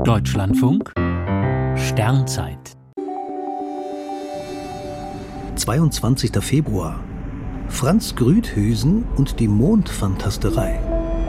Deutschlandfunk Sternzeit 22. Februar. Franz Grüthuysen und die Mondfantasterei.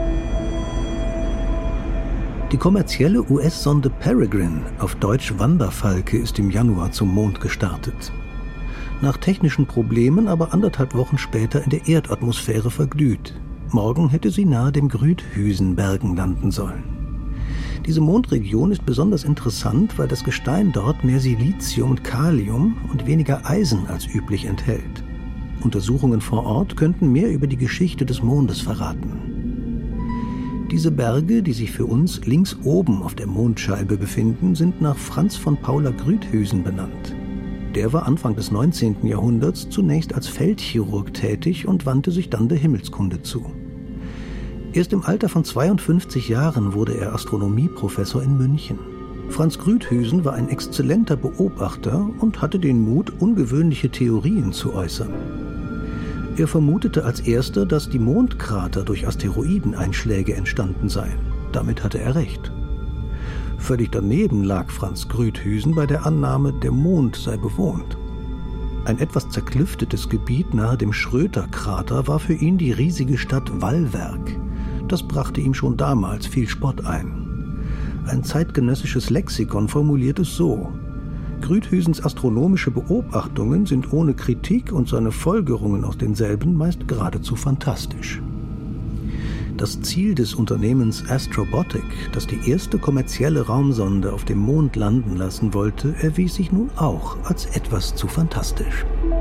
Die kommerzielle US-Sonde Peregrine, auf Deutsch Wanderfalke, ist im Januar zum Mond gestartet. Nach technischen Problemen aber 1,5 Wochen später in der Erdatmosphäre verglüht. Morgen hätte sie nahe dem Grüthuysenbergen landen sollen. Diese Mondregion ist besonders interessant, weil das Gestein dort mehr Silizium und Kalium und weniger Eisen als üblich enthält. Untersuchungen vor Ort könnten mehr über die Geschichte des Mondes verraten. Diese Berge, die sich für uns links oben auf der Mondscheibe befinden, sind nach Franz von Paula Grüthuysen benannt. Der war Anfang des 19. Jahrhunderts zunächst als Feldchirurg tätig und wandte sich dann der Himmelskunde zu. Erst im Alter von 52 Jahren wurde er Astronomieprofessor in München. Franz Grüthuysen war ein exzellenter Beobachter und hatte den Mut, ungewöhnliche Theorien zu äußern. Er vermutete als erster, dass die Mondkrater durch Asteroideneinschläge entstanden seien. Damit hatte er recht. Völlig daneben lag Franz Grüthuysen bei der Annahme, der Mond sei bewohnt. Ein etwas zerklüftetes Gebiet nahe dem Schröter-Krater war für ihn die riesige Stadt Wallwerk. Das brachte ihm schon damals viel Spott ein. Ein zeitgenössisches Lexikon formuliert es so: Grüthüsens astronomische Beobachtungen sind ohne Kritik und seine Folgerungen aus denselben meist geradezu fantastisch. Das Ziel des Unternehmens Astrobotic, das die erste kommerzielle Raumsonde auf dem Mond landen lassen wollte, erwies sich nun auch als etwas zu fantastisch.